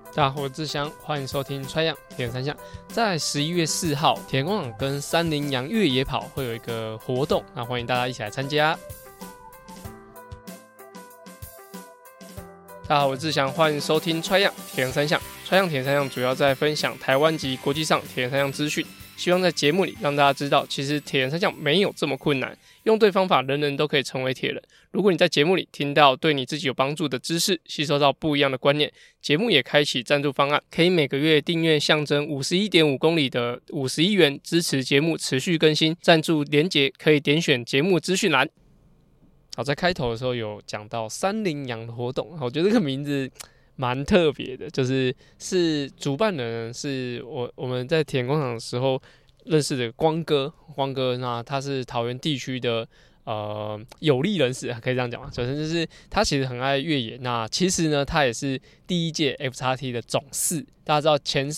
大家好，我是志祥，欢迎收听穿样铁人三项。在11月4号，铁人工厂跟三羚羊越野跑会有一个活动，那欢迎大家一起来参加。大家好，我是志祥，欢迎收听穿样铁人三项。穿样铁人三项主要在分享台湾及国际上铁人三项资讯，希望在节目里让大家知道，其实铁人三项没有这么困难，用对方法，人人都可以成为铁人。如果你在节目里听到对你自己有帮助的知识，吸收到不一样的观念，节目也开启赞助方案，可以每个月订阅象征 51.5 公里的51元，支持节目持续更新。赞助连结可以点选节目资讯栏。好，在开头的时候有讲到三羚羊的活动，我觉得这个名字蛮特别的，是主办人是我们在铁人工厂的时候认识的光哥，那他是桃园地区的有利人士，可以这样讲吗？首先就是他其实很爱越野，那其实呢，他也是第一届 FXT 的总4，大家知道前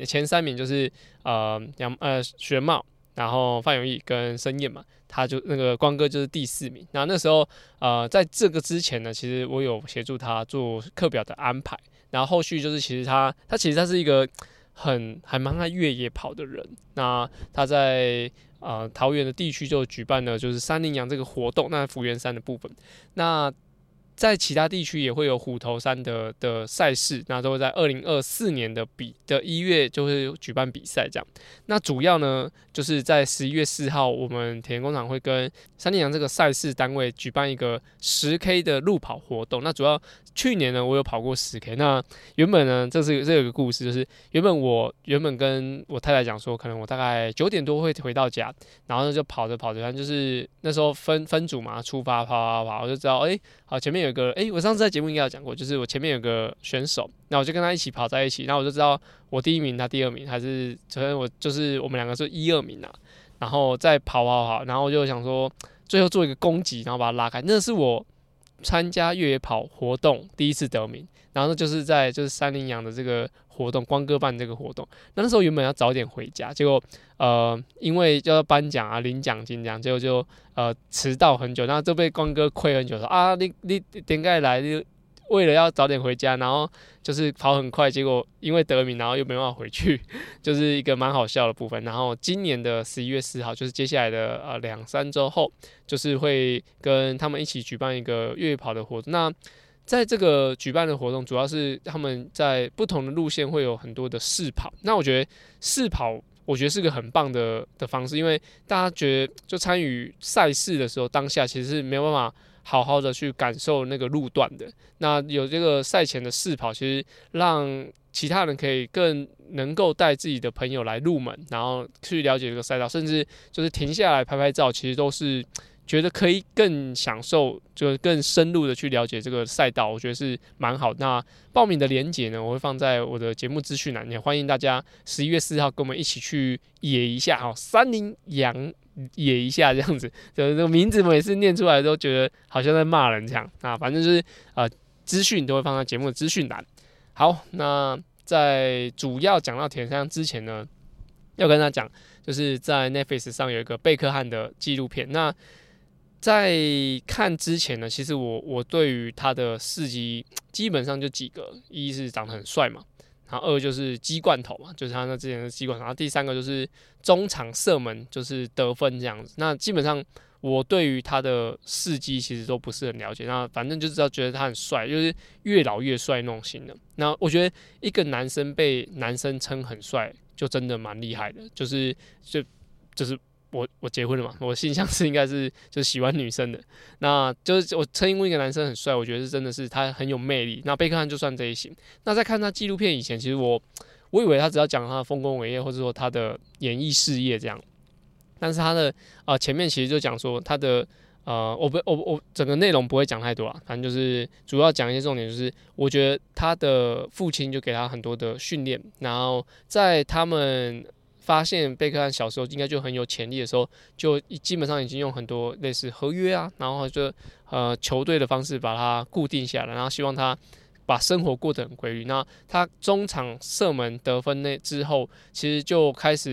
3名就是学茂，然后范永义跟申燕嘛，他就那个光哥就是第4名。那时候在这个之前呢，其实我有协助他做课表的安排，然后后续就是其实他是一个还蛮爱越野跑的人。那他在桃园的地区就举办了就是三羚羊这个活动，那福源山的部分，那在其他地区也会有虎头山的赛事，那都会在2024年的1月就会举办比赛这样。那主要呢就是在11月4号，我们铁人工厂会跟三羚羊这个赛事单位举办一个10K 的路跑活动。那主要去年呢我有跑过10K， 那原本呢这有个故事，就是原本跟我太太讲说，可能我大概9点多会回到家，然后呢就跑着，反正就是那时候分组嘛，出发跑，我就知道好，前面有个我上次在节目应该有讲过，就是我前面有个选手，那我就跟他一起跑在一起，然后我就知道我第1名，他第2名，还是可能我就是我们两个是1、2名啊，然后再跑，然后我就想说最后做一个攻击，然后把他拉开，那是我参加越野跑活动第一次得名，然后就是在三羚羊的这个活动，光哥办这个活动，那时候原本要早点回家，结果因为要颁奖啊领奖金这样，结果就迟到很久，然后就被光哥亏很久，说啊你点解来，你为了要早点回家，然后就是跑很快，结果因为得名，然后又没办法回去，就是一个蛮好笑的部分。然后今年的11月4号，就是接下来的2-3周后，就是会跟他们一起举办一个越野跑的活动。那在这个举办的活动，主要是他们在不同的路线会有很多的试跑。那我觉得试跑，是个很棒的方式，因为大家觉得就参与赛事的时候，当下其实是没有办法好好的去感受那个路段的。那有这个赛前的试跑，其实让其他人可以更能够带自己的朋友来入门，然后去了解这个赛道，甚至就是停下来拍拍照，其实都是觉得可以更享受，就更深入的去了解这个赛道，我觉得是蛮好。那报名的连结呢，我会放在我的节目资讯栏，也欢迎大家11月4号跟我们一起去野一下，三羚羊野一下这样子，就是这个名字每次念出来都觉得好像在骂人这样。那反正就是资讯都会放在节目的资讯栏。好，那在主要讲到铁人三项之前呢，要跟大家讲，就是在 Netflix 上有一个贝克汉的纪录片。那在看之前呢，其实我对于他的事迹基本上就几个，一是长得很帅嘛，然后2就是鸡冠头嘛，就是他那之前的鸡冠头，然后第3个就是中场射门，就是得分这样子。那基本上我对于他的事迹其实都不是很了解，那反正就知道觉得他很帅，就是越老越帅那种型的。那我觉得一个男生被男生称很帅，就真的蛮厉害的，就是我结婚了嘛，我性向是应该是就是喜欢女生的，那就是我称一个男生很帅，我觉得是真的是他很有魅力。那贝克汉就算这一型。那在看他纪录片以前，其实我以为他只要讲他的丰功伟业，或者说他的演艺事业这样，但是他的前面其实就讲说他的我整个内容不会讲太多啊，反正就是主要讲一些重点，就是我觉得他的父亲就给他很多的训练，然后在他们发现贝克汉小时候应该就很有潜力的时候，就基本上已经用很多类似合约啊，然后就球队的方式把他固定下来，然后希望他把生活过得很规律。那他中场射门得分之后，其实就开始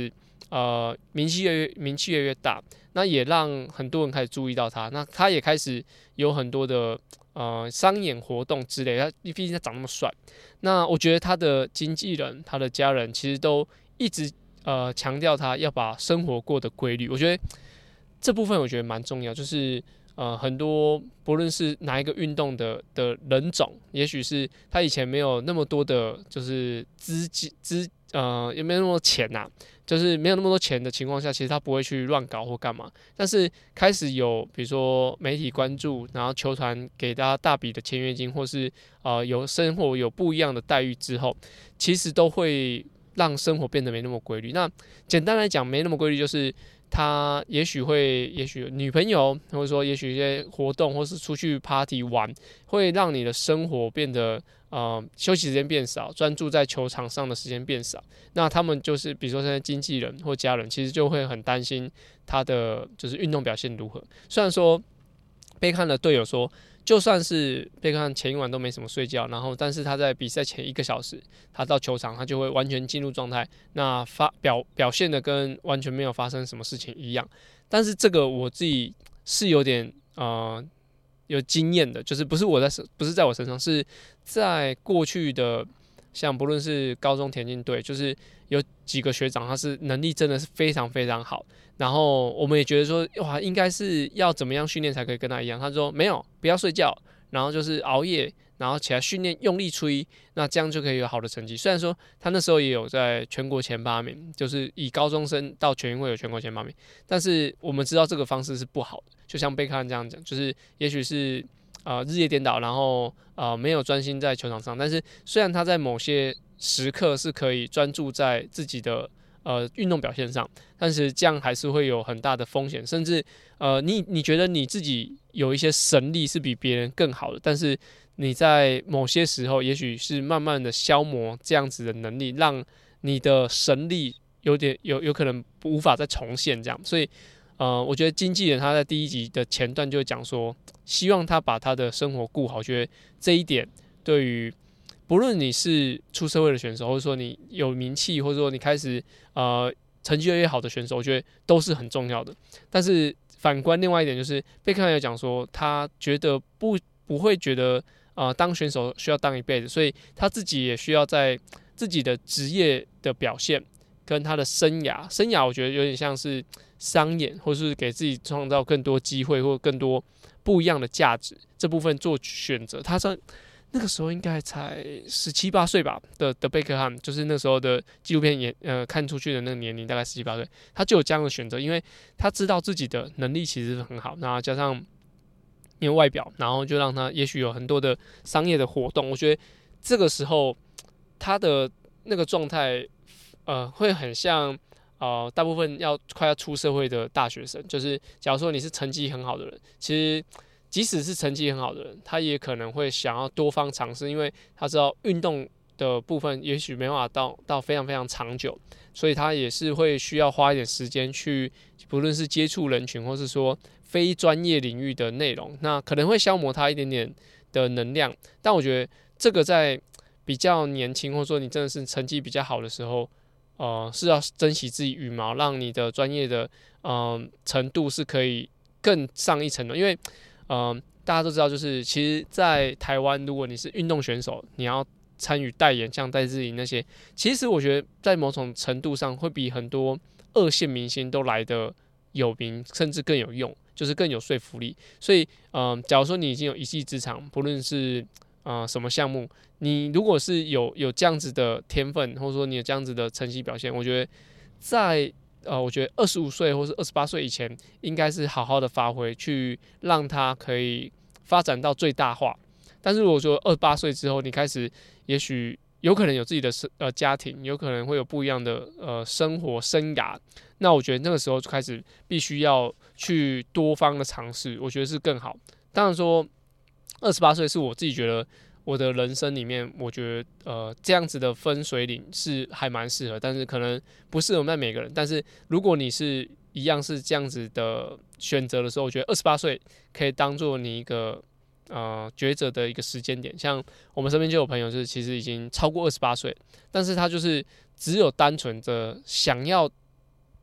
名气越来越大，那也让很多人开始注意到他，那他也开始有很多的商演活动之类，他毕竟他长那么帅，那我觉得他的经纪人、他的家人其实都一直强调他要把生活过得规律，我觉得这部分我觉得蛮重要，就是很多不论是哪一个运动的人种，也许是他以前没有那么多的，就是也没有那么多钱呐、就是没有那么多钱的情况下，其实他不会去乱搞或干嘛。但是开始有比如说媒体关注，然后球团给大家大笔的签约金，或是有生活有不一样的待遇之后，其实都会让生活变得没那么规律。那简单来讲，没那么规律就是他也许有女朋友，或者说也许一些活动，或是出去 party 玩，会让你的生活变得休息时间变少，专注在球场上的时间变少。那他们就是比如说现在经纪人或家人，其实就会很担心他的就是运动表现如何。虽然说贝克汉的队友说，就算是贝克汉前一晚都没什么睡觉，然后但是他在比赛前1个小时，他到球场他就会完全进入状态，那表现的跟完全没有发生什么事情一样。但是这个我自己是有点有经验的，就是不是在我身上，是在过去的像不论是高中田径队，就是有几个学长他是能力真的是非常非常好，然后我们也觉得说哇应该是要怎么样训练才可以跟他一样，他说没有，不要睡觉，然后就是熬夜，然后起来训练用力吹，那这样就可以有好的成绩。虽然说他那时候也有在全国前8名，就是以高中生到全运会有全国前8名，但是我们知道这个方式是不好的，就像贝克汉这样讲，就是也许是日夜颠倒，然后没有专心在球场上，但是虽然他在某些时刻是可以专注在自己的运动表现上，但是这样还是会有很大的风险，甚至你觉得你自己有一些神力是比别人更好的，但是你在某些时候也许是慢慢的消磨这样子的能力，让你的神力有可能无法再重现这样，所以我觉得经纪人他在第1集的前段就讲说，希望他把他的生活顾好，我觉得这一点对于不论你是出社会的选手，或者说你有名气，或者说你开始成绩越来越好的选手，我觉得都是很重要的。但是反观另外一点，就是贝克汉有讲说，他觉得不会觉得当选手需要当一辈子，所以他自己也需要在自己的职业的表现跟他的生涯，我觉得有点像是商演，或是给自己创造更多机会或更多不一样的价值，这部分做选择。他说那个时候应该才17、18岁吧的贝克汉，就是那时候的纪录片看出去的那个年龄大概17、18岁，他就有这样的选择，因为他知道自己的能力其实很好，那加上因为外表，然后就让他也许有很多的商业的活动。我觉得这个时候他的那个状态，会很像大部分快要出社会的大学生，就是假如说你是成绩很好的人，其实即使是成绩很好的人，他也可能会想要多方尝试，因为他知道运动的部分也许没办法到非常非常长久，所以他也是会需要花一点时间去，不论是接触人群，或是说非专业领域的内容，那可能会消磨他一点点的能量。但我觉得这个在比较年轻，或者说你真的是成绩比较好的时候，是要珍惜自己羽毛，让你的专业的程度是可以更上一层的，因为大家都知道，就是其实，在台湾，如果你是运动选手，你要参与代言，像戴资颖那些，其实我觉得在某种程度上会比很多2线明星都来得有名，甚至更有用，就是更有说服力。所以，假如说你已经有一技之长，不论是什么项目，你如果是有这样子的天分，或者说你有这样子的成绩表现，我觉得我觉得25岁或是28岁以前，应该是好好的发挥，去让他可以发展到最大化。但是如果说28岁之后，你开始也许有可能有自己的家庭，有可能会有不一样的生活生涯，那我觉得那个时候就开始必须要去多方的尝试，我觉得是更好。当然说28岁是我自己觉得我的人生里面，我觉得这样子的分水岭是还蛮适合，但是可能不适合每个人。但是如果你是一样是这样子的选择的时候，我觉得28岁可以当做你一个抉择的一个时间点。像我们身边就有朋友，就是其实已经超过28岁，但是他就是只有单纯的想要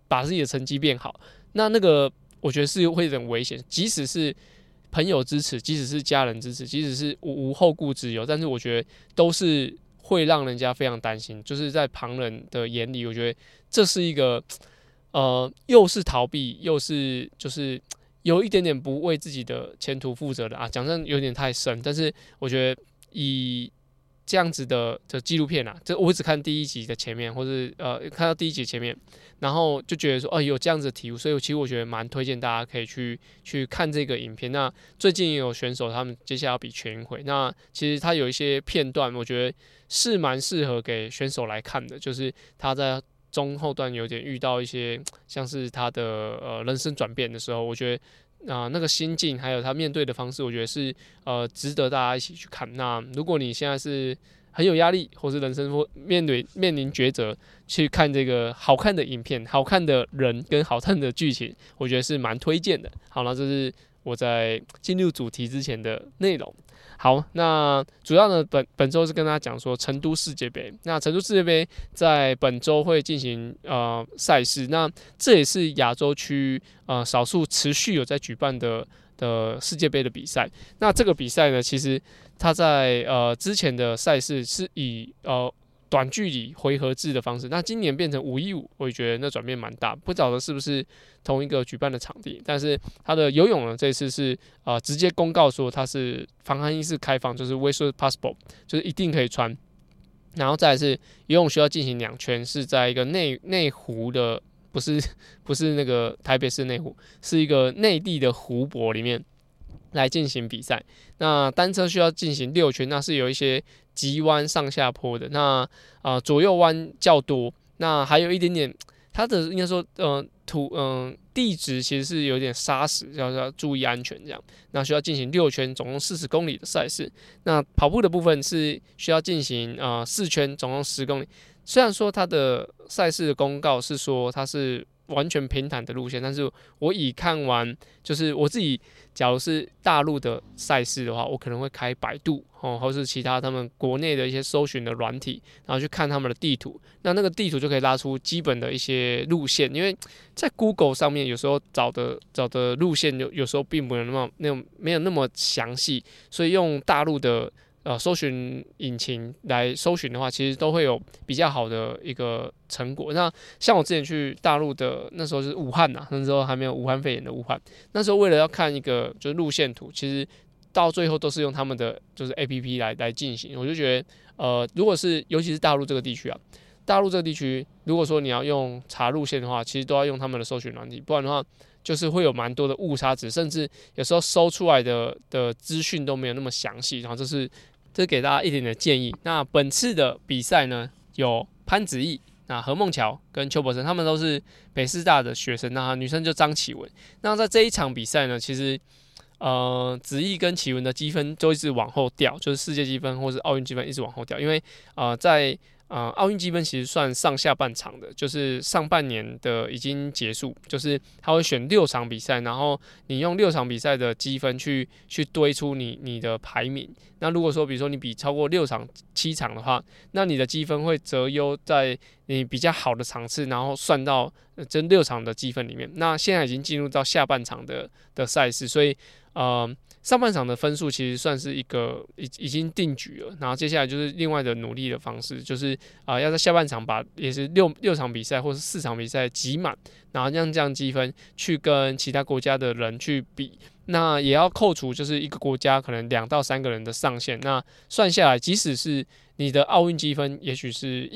把自己的成绩变好，那个我觉得是会有点危险，即使是朋友支持，即使是家人支持，即使是无后顾之忧，但是我觉得都是会让人家非常担心，就是在旁人的眼里，我觉得这是一个又是逃避，又是就是有一点点不为自己的前途负责的啊，讲真有点太深，但是我觉得以这样子的纪录片啊，这我只看第一集的前面，或是看到第一集前面，然后就觉得说有这样子的体悟，所以其实我觉得蛮推荐大家可以去看这个影片。那最近也有选手他们接下来要比全运会，那其实他有一些片段，我觉得是蛮适合给选手来看的，就是他在中后段有点遇到一些像是他的人生转变的时候，我觉得那个心境还有他面对的方式，我觉得是值得大家一起去看。那如果你现在是很有压力，或是人生面临抉择，去看这个好看的影片、好看的人跟好看的剧情，我觉得是蛮推荐的。好，那这是我在进入主题之前的内容。好，那主要呢，本周是跟大家讲说成都世界杯。那成都世界杯在本周会进行赛事，那这也是亚洲区少数持续有在举办的世界杯的比赛。那这个比赛呢，其实它在之前的赛事是以短距离回合制的方式，那今年变成5-1-5，我也觉得那转变蛮大，不晓得是不是同一个举办的场地，但是它的游泳呢，这次是直接公告说它是防寒衣是开放，就是 wetsuit possible， 就是一定可以穿，然后再来是游泳需要进行2圈，是在一个内湖的，不是那个台北市内湖，是一个内地的湖泊里面来进行比赛。那单车需要进行6圈，那是有一些急弯上下坡的，那左右弯较多，那还有一点点它的应该说地质其实是有点沙石，要注意安全这样。那需要进行6圈，总共40公里的赛事。那跑步的部分是需要进行4圈，总共10公里。虽然说它的赛事的公告是说它是完全平坦的路线，但是我以看完，就是我自己，假如是大陆的赛事的话，我可能会开百度或是其他他们国内的一些搜寻的软体，然后去看他们的地图。那个地图就可以拉出基本的一些路线，因为在 Google 上面有时候找的路线有时候并没有那么详细，所以用大陆的搜寻引擎来搜寻的话，其实都会有比较好的一个成果。那像我之前去大陆的那时候是武汉那时候还没有武汉肺炎的武汉，那时候为了要看一个就是路线图，其实到最后都是用他们的就是 APP 来进行。我就觉得如果是尤其是大陆这个地区大陆这个地区，如果说你要用查路线的话，其实都要用他们的搜寻软体，不然的话就是会有蛮多的误差值，甚至有时候搜出来的资讯都没有那么详细。然后这是给大家一点的建议。那本次的比赛呢，有潘子毅、何梦乔跟邱柏生，他们都是北师大的学生。那女生就张启文。那在这一场比赛呢，其实子毅跟启文的积分都一直往后掉，就是世界积分或是奥运积分一直往后掉，因为在奥运积分其实算上下半场的，就是上半年的已经结束，就是他会选6场比赛，然后你用6场比赛的积分去堆出你的排名。那如果说比如说你比超过6场7场的话，那你的积分会择优在你比较好的场次，然后算到这6场的积分里面。那现在已经进入到下半场的赛事，所以上半场的分数其实算是一个已经定局了，然后接下来就是另外的努力的方式，就是要在下半场把也是六场比赛或是4场比赛挤满，然后让这样积分去跟其他国家的人去比。那也要扣除就是一个国家可能2到3个人的上限，那算下来，即使是你的奥运积分也许是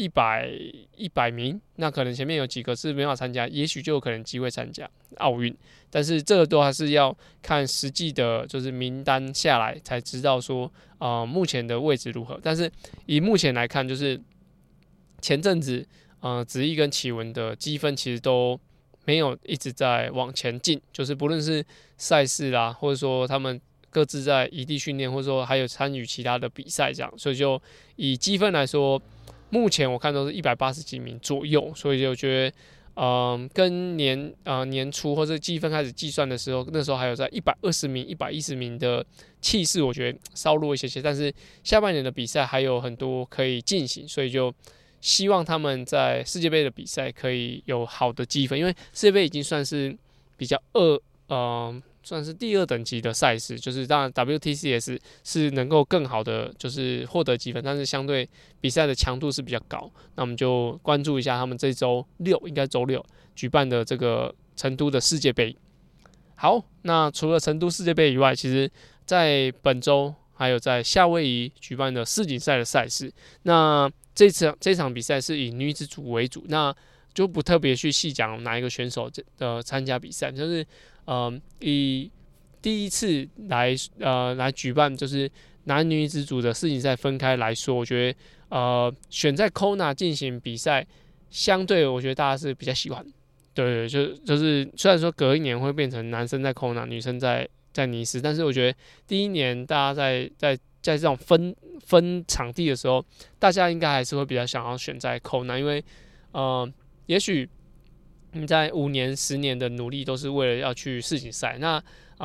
100名，那可能前面有几个是没法参加，也许就有可能机会参加奥运，但是这个都还是要看实际的就是名单下来才知道说目前的位置如何。但是以目前来看，就是前阵子子毅跟启文的积分其实都没有一直在往前进，就是不论是赛事啦，或者说他们各自在异地训练，或者说还有参与其他的比赛这样，所以就以积分来说，目前我看都是180几名左右，所以就觉得跟年初或者积分开始计算的时候，那时候还有在120名、110名的气势，我觉得稍弱一些些，但是下半年的比赛还有很多可以进行，所以就希望他们在世界杯的比赛可以有好的积分，因为世界杯已经算是比较算是第二等级的赛事，就是当然 WTCS 是能够更好的就是获得积分，但是相对比赛的强度是比较高。那我们就关注一下他们这周六，应该周六举办的这个成都的世界杯。好，那除了成都世界杯以外，其实在本周还有在夏威夷举办的世锦赛的赛事。那这场比赛是以女子组为主，那就不特别去细讲哪一个选手参加比赛，就是以第一次来举办就是男女子组的世锦赛分开来说，我觉得选在 Kona 进行比赛，相对我觉得大家是比较喜欢。对，就是虽然说隔一年会变成男生在 Kona， 女生在尼斯，但是我觉得第一年大家在这种分场地的时候，大家应该还是会比较想要选在 Kona， 因为也许你在5年10年的努力都是为了要去世锦赛，那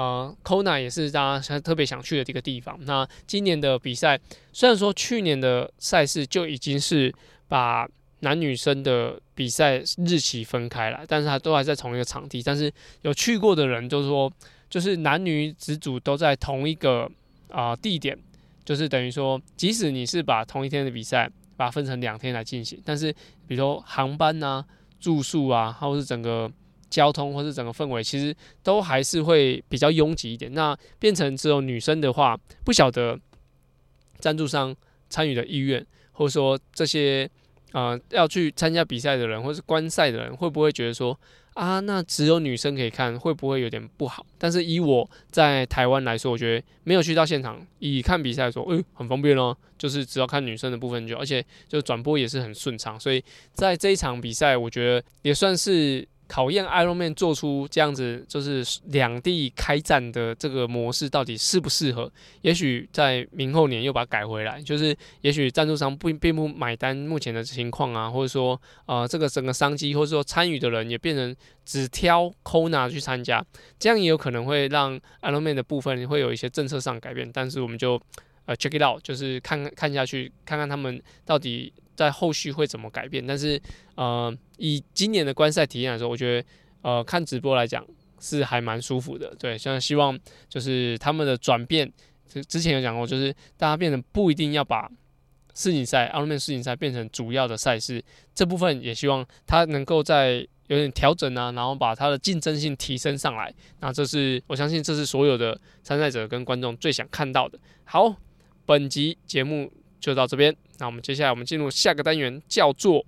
Kona 也是大家特别想去的一个地方。那今年的比赛，虽然说去年的赛事就已经是把男女生的比赛日期分开了，但是它都还在同一个场地。但是有去过的人就是说，就是男女子组都在同一个地点，就是等于说，即使你是把同一天的比赛把它分成2天来进行，但是比如说航班啊、住宿啊，或是整个交通或是整个氛围，其实都还是会比较拥挤一点。那变成只有女生的话，不晓得赞助商参与的意愿，或者说这些要去参加比赛的人，或是观赛的人，会不会觉得说那只有女生可以看，会不会有点不好？但是以我在台湾来说，我觉得没有去到现场，以看比赛来说，很方便哦，就是只要看女生的部分而且就转播也是很顺畅，所以在这一场比赛，我觉得也算是考验 Ironman 做出这样子就是两地开战的这个模式到底适不适合？也许在明后年又把它改回来，就是也许赞助商并不买单目前的情况啊，或者说这个整个商机，或者说参与的人也变成只挑 Kona 去参加，这样也有可能会让 Ironman 的部分会有一些政策上改变，但是我们就check it out， 就是看下去，看看他们到底在后续会怎么改变。但是以今年的观赛体验来说，我觉得看直播来讲是还蛮舒服的。对，像希望就是他们的转变，之前有讲过，就是大家变成不一定要把世锦赛、Ironman 世锦赛变成主要的赛事，这部分也希望他能够在有点调整啊，然后把它的竞争性提升上来。那我相信这是所有的参赛者跟观众最想看到的。好，本集节目就到这边。那我们接下来我们进入下个单元，叫做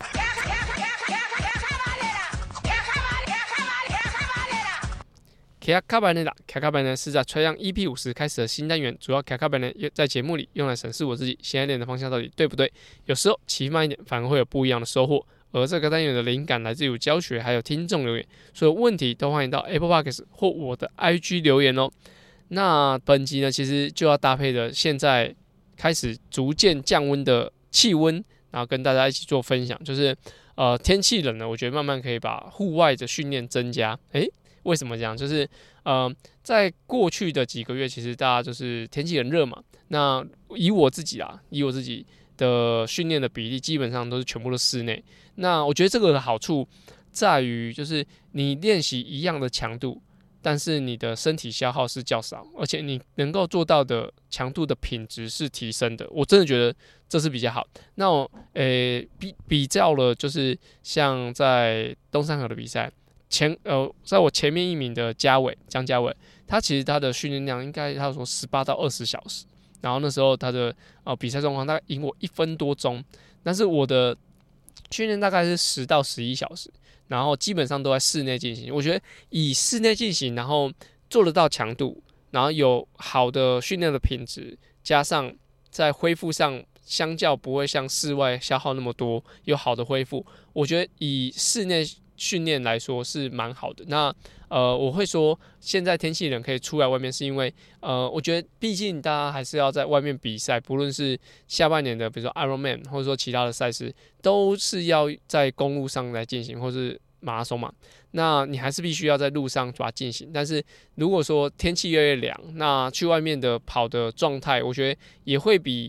卡卡班的卡卡班呢是在穿上 EP50开始的新单元，主要卡卡班呢在节目里用来审视我自己现在练的方向到底对不对，有时候骑慢一点反而会有不一样的收获。而这个单元的灵感来自于教学还有听众留言，所有问题都欢迎到 Apple Podcast 或我的 IG 留言哦。那本集呢其实就要搭配的现在开始逐渐降温的气温，然后跟大家一起做分享，就是天气冷了，我觉得慢慢可以把户外的训练增加。为什么这样？就是在过去的几个月，其实大家就是天气很热嘛。那以我自己的训练的比例，基本上都是全部都室内。那我觉得这个的好处在于，就是你练习一样的强度，但是你的身体消耗是较少，而且你能够做到的强度的品质是提升的。我真的觉得这是比较好。那我比较了，就是像在东山河的比赛。在我前面一名的江嘉伟，他其实他的训练量应该他说18到20小时，然后那时候他的比赛状况大概赢我1分多钟，但是我的训练大概是10到11小时，然后基本上都在室内进行。我觉得以室内进行，然后做得到强度，然后有好的训练的品质，加上在恢复上相较不会像室外消耗那么多，有好的恢复，我觉得以室内训练来说是蛮好的。那我会说现在天气冷可以出来外面，是因为我觉得毕竟大家还是要在外面比赛，不论是下半年的比如说 Ironman 或者说其他的赛事，都是要在公路上来进行，或是马拉松嘛，那你还是必须要在路上把它进行。但是如果说天气越来越凉，那去外面的跑的状态，我觉得也会比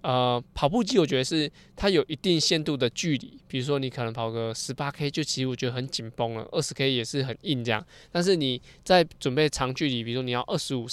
跑步机我觉得是它有一定限度的距离，比如说你可能跑个18K，就其实我觉得很紧绷了，20K 也是很硬这样。但是你在准备长距离，比如说你要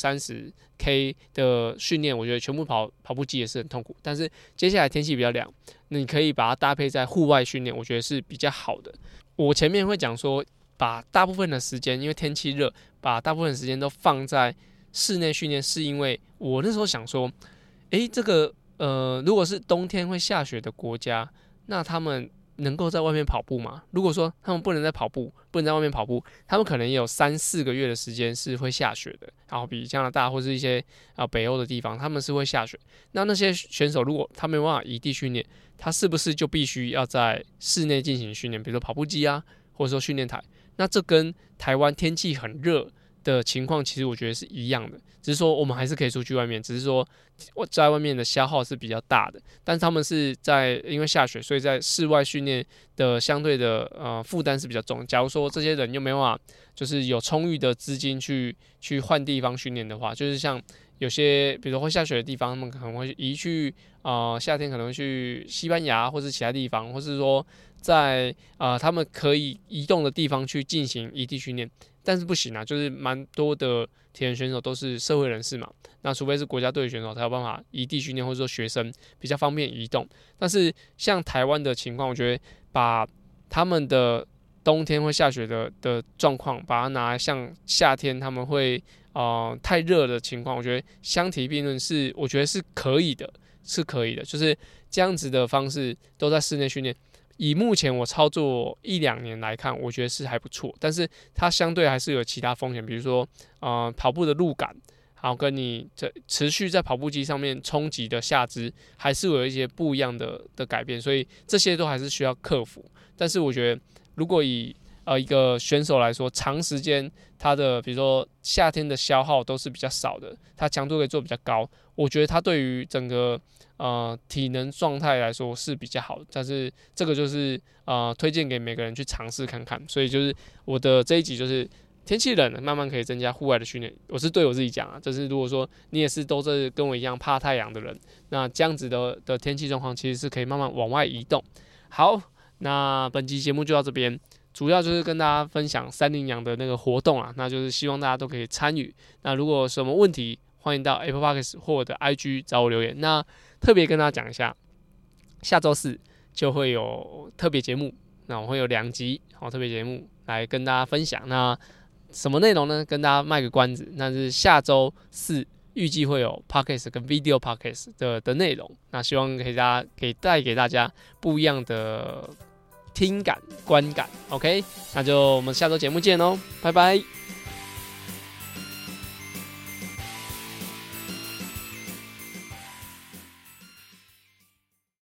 25-30K 的训练，我觉得全部跑步机也是很痛苦。但是接下来天气比较凉，你可以把它搭配在户外训练，我觉得是比较好的。我前面会讲说，把大部分的时间，因为天气热，把大部分的时间都放在室内训练，是因为我那时候想说，这个如果是冬天会下雪的国家，那他们能够在外面跑步吗？如果说他们不能在外面跑步，他们可能也有3-4个月的时间是会下雪的。然后比加拿大或是一些北欧的地方，他们是会下雪。那些选手如果他没办法移地训练，他是不是就必须要在室内进行训练？比如说跑步机啊，或者说训练台。那这跟台湾天气很热的情况，其实我觉得是一样的，只是说我们还是可以出去外面，只是说在外面的消耗是比较大的，但是他们是因为下雪，所以在室外训练的相对的负担是比较重。假如说这些人又没办法，就是有充裕的资金去换地方训练的话，就是像有些比如说会下雪的地方，他们可能会移去夏天可能会去西班牙或是其他地方，或是说在他们可以移动的地方去进行移地训练。但是不行啊，就是蛮多的铁人选手都是社会人士嘛，那除非是国家队的选手才有办法移地训练，或者说学生比较方便移动。但是像台湾的情况，我觉得把他们的冬天会下雪的状况，把它拿来像夏天他们会太热的情况，我觉得相提并论是我觉得是可以的，就是这样子的方式都在室内训练。以目前我操作1-2年来看，我觉得是还不错，但是它相对还是有其他风险，比如说跑步的路感，好跟你持续在跑步机上面冲击的下肢，还是有一些不一样的改变，所以这些都还是需要克服。但是我觉得，如果以一个选手来说，长时间他的比如说夏天的消耗都是比较少的，他强度可以做比较高，我觉得他对于整个体能状态来说是比较好的。但是这个就是推荐给每个人去尝试看看。所以就是我的这一集就是天气冷了，慢慢可以增加户外的训练。我是对我自己讲啊，就是如果说你也是都是跟我一样怕太阳的人，那这样子的天气状况其实是可以慢慢往外移动。好，那本期节目就到这边。主要就是跟大家分享3-0阳的那个活动啊，那就是希望大家都可以参与。那如果有什么问题，欢迎到 Apple Podcast 或我的 IG 找我留言。那特别跟大家讲一下，下周4就会有特别节目，那我会有2集特别节目来跟大家分享。那什么内容呢？跟大家卖个关子，那是下周4预计会有 Podcast 跟 Video Podcast 的内容。那希望可以带给大家不一样的听感、观感。OK， 那就我们下周节目见喽，拜拜。